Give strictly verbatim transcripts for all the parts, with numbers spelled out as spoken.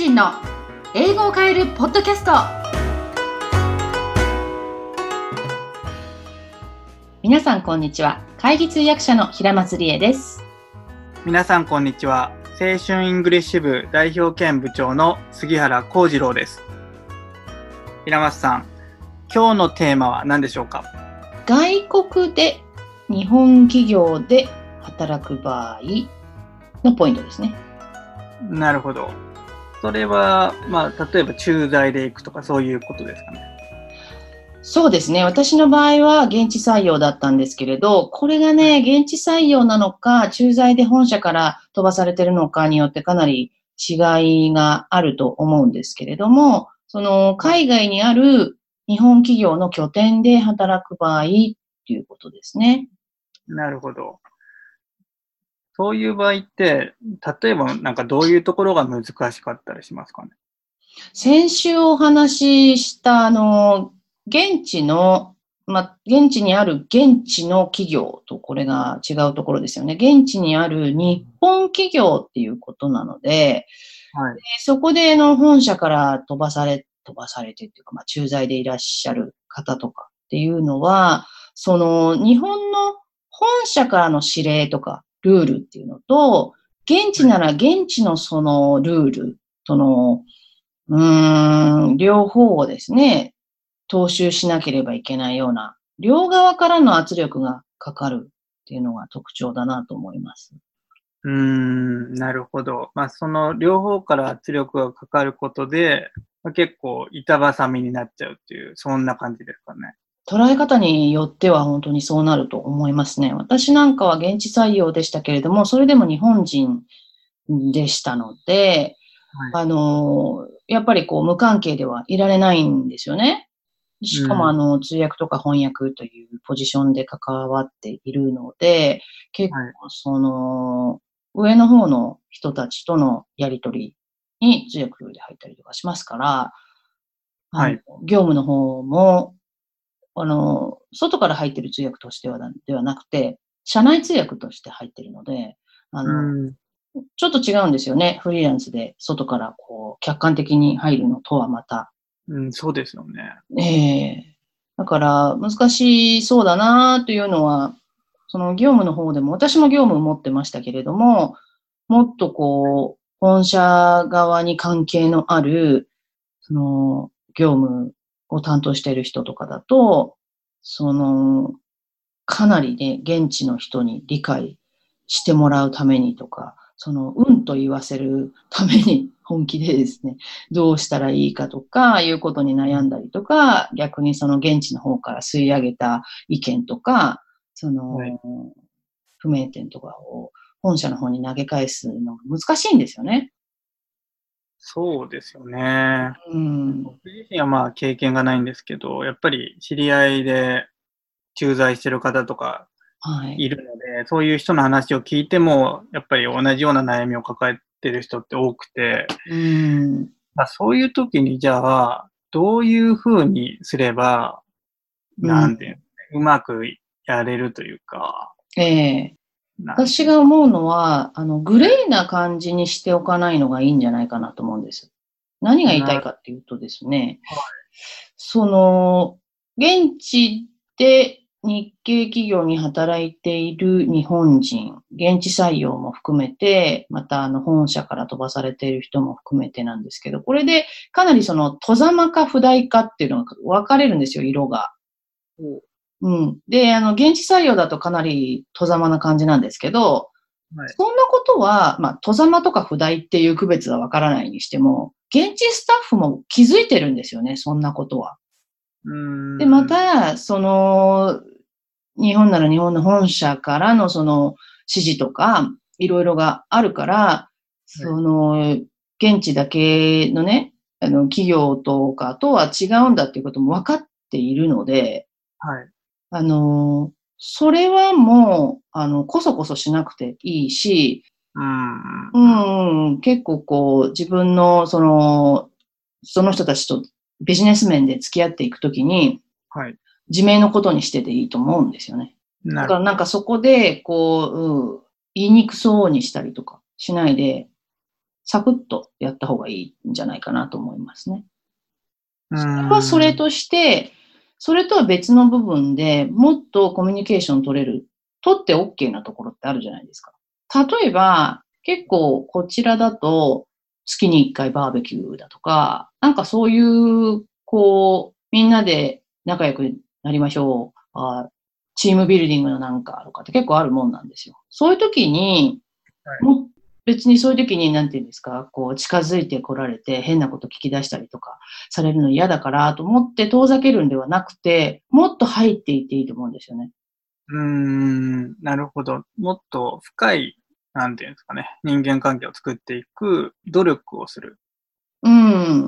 人の英語を変えるポッドキャスト。皆さんこんにちは。会議通訳者の平松理恵です。 皆さんこんにちは。青春イングリッシュ部代表兼部長の杉原幸次郎です。平松さん、今日のテーマは何でしょうか？ 外国で日本企業で働く場合のポイントですね。 なるほど。それは、まあ、例えば駐在で行くとかそういうことですかね。 そうですね。私の場合は現地採用だったんですけれど、これがね、現地採用なのか、駐在で本社から飛ばされているのかによってかなり違いがあると思うんですけれども、その海外にある日本企業の拠点で働く場合ということですね。 なるほど。そういう場合って、例えばなんかどういうところが難しかったりしますかね？ 先週お話ししたあの、現地の、ま、現地にある現地の企業とこれが違うところですよね。現地にある日本企業っていうことなので、 はい。 でそこでの本社から飛ばされ、飛ばされてっていうか、まあ、駐在でいらっしゃる方とかっていうのは、その日本の本社からの指令とかルールっていうのと、現地なら現地のそのルール、その、うーん、両方をですね、踏襲しなければいけないような、両側からの圧力がかかるっていうのが特徴だなと思います。 うーん、なるほど。まあ、その両方から圧力がかかることで、まあ、結構板挟みになっちゃうっていう、そんな感じですかね。 捉え方によっては本当にそうなると思いますね。私なんかは現地採用でしたけれども、それでも日本人でしたので、 はい。 あの、やっぱりこう無関係ではいられないんですよね。しかもうん。 あの、通訳とか翻訳というポジションで関わっているので、結はい。 構その、上の方の人たちとのやりとりに通訳で入ったりとかしますから、あの、 はい。 業務の方も、あの、外から入ってる通訳としてはなではなくて、社内通訳として入ってるので、あうの、 ん。 ちょっと違うんですよね。フリーランスで外からこう客観的に入るのとはまた。 うん、そうですよね。 ええ。だから難しそうだなというのは、その業務の方でも、私も業務を持ってましたけれども、もっとこう、本社側に関係のある、その、業務を担当している人とかだと、その、かなりね、現地の人に理解してもらうためにとか、その、うんと言わせるために本気でですね、どうしたらいいかとか、いうことに悩んだりとか、逆にその現地の方から吸い上げた意見とか、そはい。 の、不明点とかを本社の方に投げ返すのが難しいんですよね。 そうですよね。 うん。 僕自身はまあ経験がないんですけど、やっぱり知り合いで駐在してる方とかはい。 いるので、そういう人の話を聞いても、やっぱり同じような悩みを抱えてる人って多くて、 うん。 まあ、そういう時にじゃあ、どういう風にすれば、 うん。 なんていうの、うまくやれるというか、 ええ。 なんていうか、 私が思うのは、あの、グレーな感じにしておかないのがいいんじゃないかなと思うんです。何が言いたいなかっていうとですね、 はその、現地で日系企業に働いている日本人、現地採用も含めて、またあの本社から飛ばされている人も含めてなんですけど、これでかなりその、戸ざまか不代かっていうのが分かれるんですよ、色が。 い。 うん。で、あの、現地採用だとかなり戸ざまな感じなんですけど、 はい。 そんなことは、まあ、戸ざまとか不代っていう区別はわからないにしても、現地スタッフも気づいてるんですよね、そんなことは。 うーで、まん。 た、その、日本なら日本の本社からのその指示とか、いろいろがあるから、 はい。 その、現地だけのね、あの、企業とかとは違うんだっていうことも分かっているので、 はい。 あの、それはもう、あの、こそこそしなくていいし、 うーん。 ううん。 んうん、結構こう、自分の、その、その人たちとビジネス面で付き合っていくときに、 はい。 自明のことにしてていいと思うんですよね。だからなんかなるほど。 そこで、こう、うん、言いにくそうにしたりとかしないで、 サクッとやった方がいいんじゃないかなと思いますね。 うーん。 それはそれとして、それとは別の部分でもっとコミュニケーション取れる、取って OK なところってあるじゃないですか。例えば、結構こちらだと月にいっかいバーベキューだとか、なんかそういう、こう、みんなで仲良くなりましょう。あチームビルディングのなんかとかって結構あるもんなんですよ。そういう時に、 はいも別にそういう時に、なんていうんですか、こう近づいてこられて変なこと聞き出したりとかされるの嫌だからと思って遠ざけるんではなくて、もっと入っていっていいと思うんですよね。 うーん、なるほど。もっと深い、なんていうんですかね、人間関係を作っていく努力をする。 うん、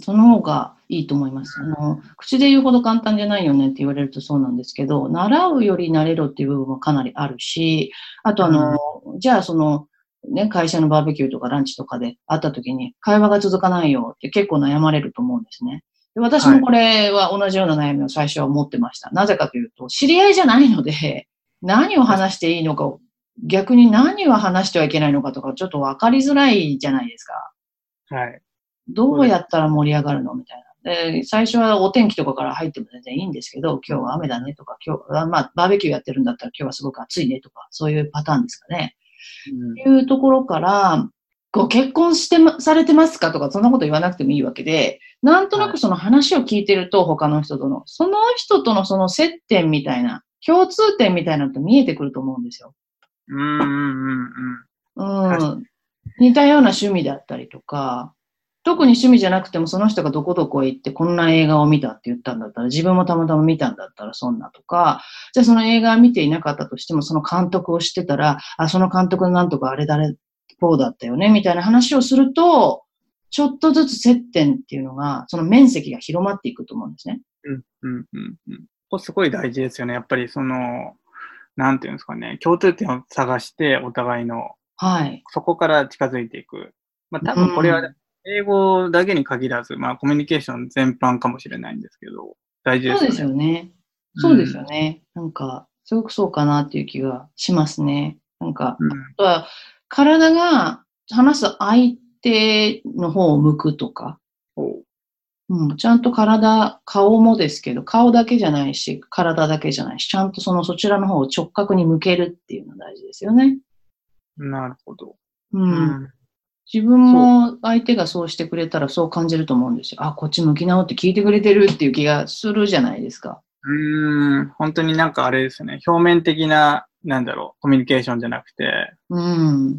その方がいいと思います。あの、口で言うほど簡単じゃないよねって言われるとそうなんですけど、習うより慣れろっていう部分もかなりあるし、あとあの、じゃあその、ね、会社のバーベキューとかランチとかで会った時に会話が続かないよって結構悩まれると思うんですね。で私はい。 もこれは同じような悩みを最初は持ってました。なぜかというと、知り合いじゃないので、何を話していいのかを、逆に何を話してはいけないのかとかちょっと分かりづらいじゃないですか。 はい。 どうやったら盛り上がるのみたいな。で、最初はお天気とかから入っても全然いいんですけど、今日は雨だねとか、今日は、まあ、バーベキューやってるんだったら今日はすごく暑いねとか、そういうパターンですかね。 うんっていうところから、ご結婚してま、されてますかとか、そんなこと言わなくてもいいわけで、なんとなはい。 くその話を聞いてると、他の人との、その人とのその接点みたいな、共通点みたいなのって見えてくると思うんですよ。 うーん、うん、うん。確かうん。似たような趣味だったりとか、特に趣味じゃなくてもその人がどこどこへ行ってこんな映画を見たって言ったんだったら、自分もたまたま見たんだったらそんなとか、じゃあその映画を見ていなかったとしてもその監督を知ってたら、あ、その監督のなんとかあれだれ、こうだったよね、みたいな話をすると、ちょっとずつ接点っていうのが、その面積が広まっていくと思うんですね。 うん、うん、うん。うん。ここすごい大事ですよね。やっぱりその、なんていうんですかね、共通点を探してお互いの、 はい。 そこから近づいていく。まあ多う分これはん。 英語だけに限らず、まあコミュニケーション全般かもしれないんですけど、大事でそうですすよね。 よね。そうですようん。 ね。なんか、すごくそうかなっていう気がしますね。なんか、あうん。 とは、体が話す相手の方を向くとか、 おう。 うん、ちゃんと体、顔もですけど、顔だけじゃないし、体だけじゃないし、ちゃんとそのそちらの方を直角に向けるっていうのが大事ですよね。 なるほど。 うん。 うん。 自分そう。 も相手がそうしてくれたらそう感じると思うんですよ。あ、こっち向き直って聞いてくれてるっていう気がするじゃないですか。 うーん、本当になんかあれですね、表面的な、なんだろう、コミュニケーションじゃなくて、 うん。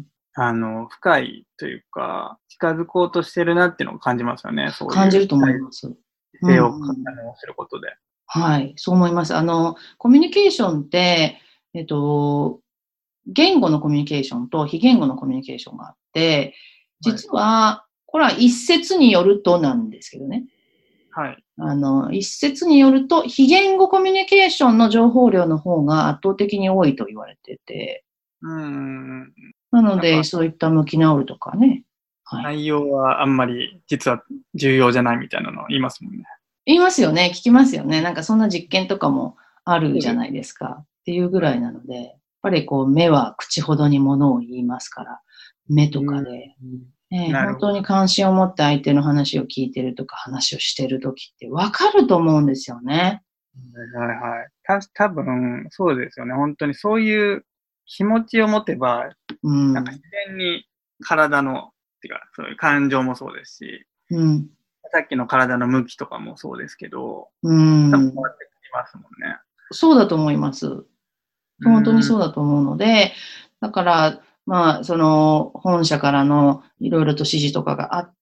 あの、深いというか、近づこうとしてるなっていうのを感じますよね、そういう感じると思います。うん、 姿勢を、 うん。 あの、することで。 はい、そう思います。あの、コミュニケーションって、えっと、言語のコミュニケーションと非言語のコミュニケーションがあって、 はい。 実は、これは一説によるとなんですけどね。 はい。 あの、一説によると、非言語コミュニケーションの情報量の方が圧倒的に多いと言われてて、 うーん。 なので、 なんか、 そういった向き直るとかね。はい。 内容はあんまり実は重要じゃないみたいなのを言いますもんね。 言いますよね。聞きますよね。なんかそんな実験とかもあるそうです。 じゃないですか。っていうぐはい。 らいなので、やっぱりこう目は口ほどにものを言いますから、目とかうーん。 で、ね、 なるほど。 本当に関心を持って相手の話を聞いてるとか話をしてるときってわかると思うんですよね。 はいはいはい。た、多分、そうですよね。本当にそういう気持ちを持てば、 うなんか自ん。 然に体の、てか、そういう感情もそうですし、 うん。 さっきの体の向きとかもそうですけど、 う多分変わん。 ってきますもんね。 そうだと思います。 うー本当にん。 そうだと思うので、だから、まあ、その、本社からのいろいろと指示とかがあって、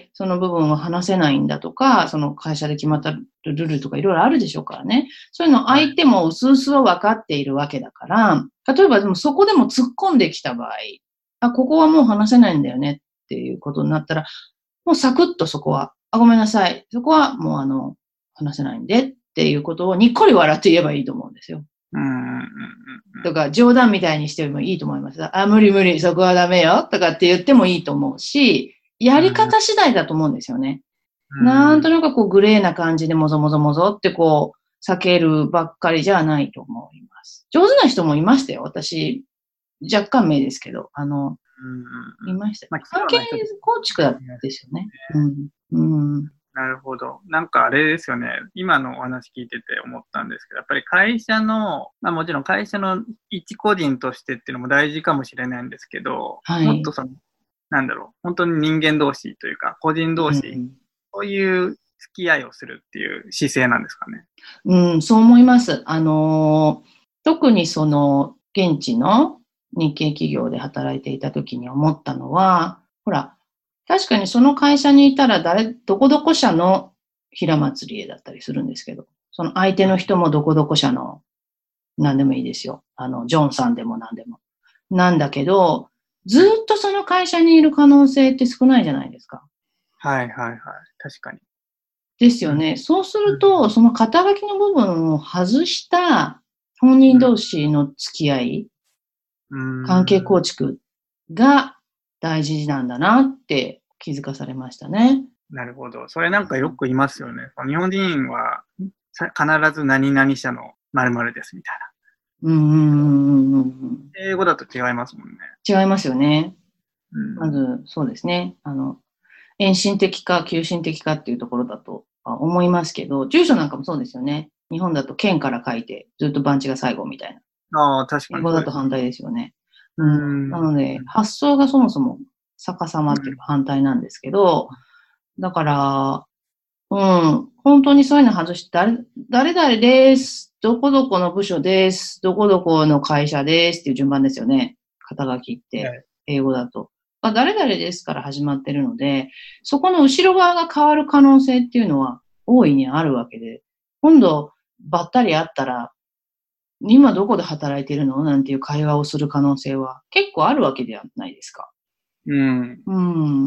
その部分を話せないんだとか、その会社で決まったルールとかいろいろあるでしょうからね。そういうのはい。 相手も薄々は分かっているわけだから、例えばでもそこでも突っ込んできた場合、あ、ここはもう話せないんだよねっていうことになったら、もうサクッとそこは、あ、ごめんなさい。そこはもうあの、話せないんでっていうことをにっこり笑って言えばいいと思うんですよ。 うんうんうんうん。 とか、冗談みたいにしてもいいと思います。あ、無理無理、そこはダメよ、とかって言ってもいいと思うし、やりうん方次第だと思うんですよね。 うん。 なんとなくこう、グレーな感じでもぞもぞもぞってこう、避けるばっかりじゃないと思います。上手な人もいましたよ、私。若干名ですけど、あの、 うんいました。 まあ、 関係構築ですよね。うん。うん。 なるほど。なんかあれですよね。今のお話聞いてて思ったんですけど、やっぱり会社の、まあもちろん会社の一個人としてっていうのも大事かもしれないんですけど、 はい。 もっとその、なんだろう、本当に人間同士というか、個人同士、 うん、 そういう付き合いをするっていう姿勢なんですかね。 うん、そう思います。あの、特にその、現地の日系企業で働いていた時に思ったのは、ほら、確かにその会社にいたら誰、どこどこ社の平祭り絵だったりするんですけど、その相手の人もどこどこ社の何でもいいですよ。あの、ジョンさんでも何でも。なんだけど、ずっとその会社にいる可能性って少ないじゃないですか。 はいはいはい。確かに。 ですよね。そうすると、その肩書きの部分を外した本人同士の付き合い、 うん、 関係構築が大事なんだなって気づかされましたね。 なるほど。それなんかよく言いますよね。日本人は必ず何々社の〇〇ですみたいな。 うんうんうんうん、 英語だと違いますもんね。 違いますよね。 うん、 まず、そうですね。あの、遠心的か急心的かっていうところだと思いますけど、住所なんかもそうですよね。日本だと県から書いて、ずっと番地が最後みたいな。 ああ、確か英にそうです。 語だと反対ですよね。 ううん、なので、発想がそもそも逆さまっていうか反対なんですけど、だから、うん、本当にそういうの外して、誰、誰々です。どこどこの部署です。どこどこの会社ですっていう順番ですよね。肩書きって、英語だと。まあ、誰々ですから始まってるので、そこの後ろ側が変わる可能性っていうのは大いにあるわけで、今度ばったり会ったら、今どこで働いてるのなんていう会話をする可能性は結構あるわけではないですか。 うん。 うん。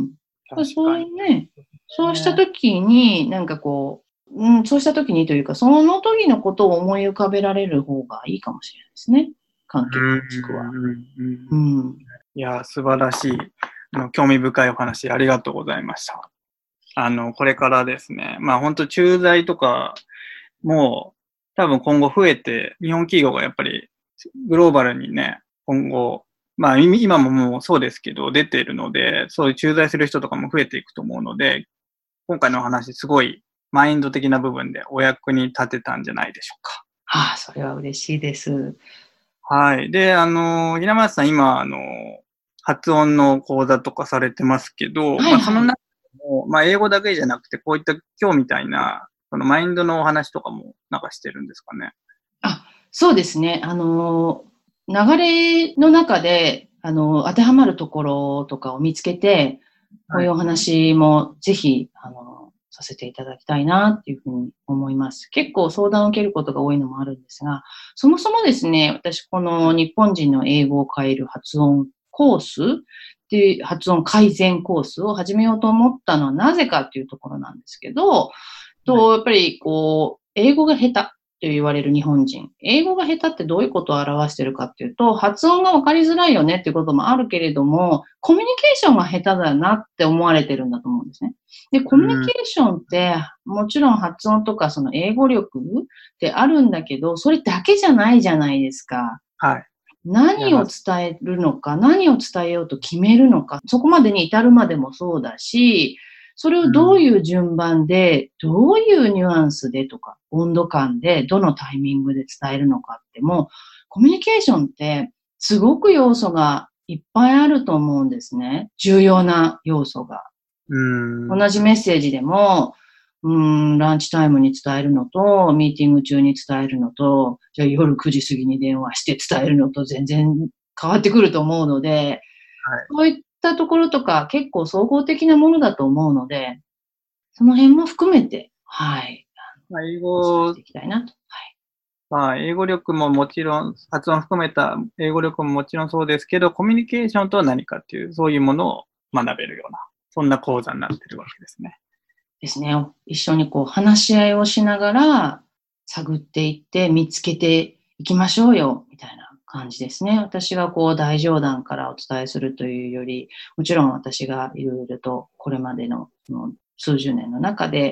そういうね、そうしたね、 ときに、なんかこう、うん、そうしたときにというか、その時のことを思い浮かべられる方がいいかもしれないですね。関係構築は。うん。 いや、素晴らしい、あの興味深いお話ありがとうございました。あの、これからですね、まあ本当駐在とかも多分今後増えて、日本企業がやっぱりグローバルにね、今後、まあ今ももうそうですけど出ているので、そういう駐在する人とかも増えていくと思うので、今回のお話すごいマインド的な部分でお役に立てたんじゃないでしょうか。 ああ、それは嬉しいです。 はい。で、あの、平松さん今、あの、発音の講座とかされてますけど、 はいはい。 まあその中でも、まあ英語だけじゃなくて、こういった今日みたいな、そのマインドのお話とかもなんかしてるんですかね。 あ、そうですね。あの、流れの中で、あの、当てはまるところとかを見つけて、こういうお話もぜひ、あの、させていただきたいなっていうふうに思います。結構相談を受けることが多いのもあるんですが、そもそもですね、私この日本人の英語を変える発音コースっていう発音改善コースを始めようと思ったのはなぜかっていうところなんですけど、と、やっぱりこう、英語が下手と言われる日本人。英語が下手ってどういうことを表しているかっていうと、発音が分かりづらいよねっていうこともあるけれども、コミュニケーションが下手だなって思われてるんだと思うんですね。で、コミュニケーションって、もちろん発音とかその英語力ってあるんだけど、それだけじゃないじゃないですか。 はい。 何を伝えるのか、何を伝えようと決めるのか、そこまでに至るまでもそうだし、それをどういう順番で、どういうニュアンスでとか、温度感で、どのタイミングで伝えるのかっても、コミュニケーションってすごく要素がいっぱいあると思うんですね。重要な要素が。 うん同じメッセージでも、うーん、ランチタイムに伝えるのと、ミーティング中に伝えるのと、じゃあ夜くじ過ぎに電話して伝えるのと全然変わってくると思うので、はい、そういったところとか結構総合的なものだと思うので、その辺も含めて、はい。 まあ、英語、 していきたいなと。はい。 まあ、英語力ももちろん、発音含めた英語力ももちろんそうですけど、コミュニケーションとは何かっていう、そういうものを学べるような、そんな講座になってるわけですね。 ですね。一緒にこう話し合いをしながら探っていって見つけていきましょうよ、みたいな感じですね。私がこう大冗談からお伝えするというより、もちろん私がいろいろとこれまでの数十年の中で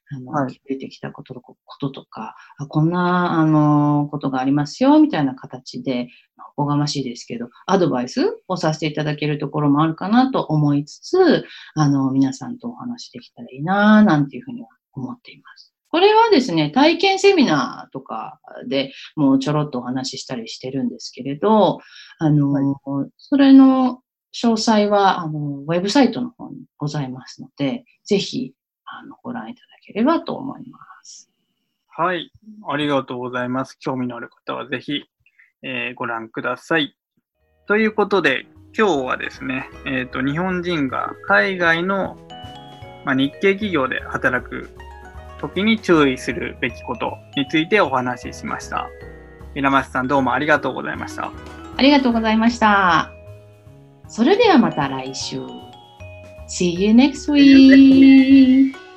あの、 はい気づいてきたこととこととか、あこんな、あの、ことがありますよ、みたいな形で、おこがましいですけど、アドバイスをさせていただけるところもあるかなと思いつつ、あの、皆さんとお話できたらいいな、なんていうふうには思っています。これはですね、体験セミナーとかでもうちょろっとお話ししたりしてるんですけれど、あの、 はいそれの詳細は、あの、ウェブサイトの方にございますので、ぜひ、あの、ご覧いただければと思います。 はい。ありがとうございます。興味のある方はぜひ、えーご覧ください。ということで、今日はですね、えっと、日本人が海外の、まあ、日系企業で働く時に注意するべきことについてお話ししました。稲松さん、どうもありがとうございました。 ありがとうございました。それではまた来週。See you next week!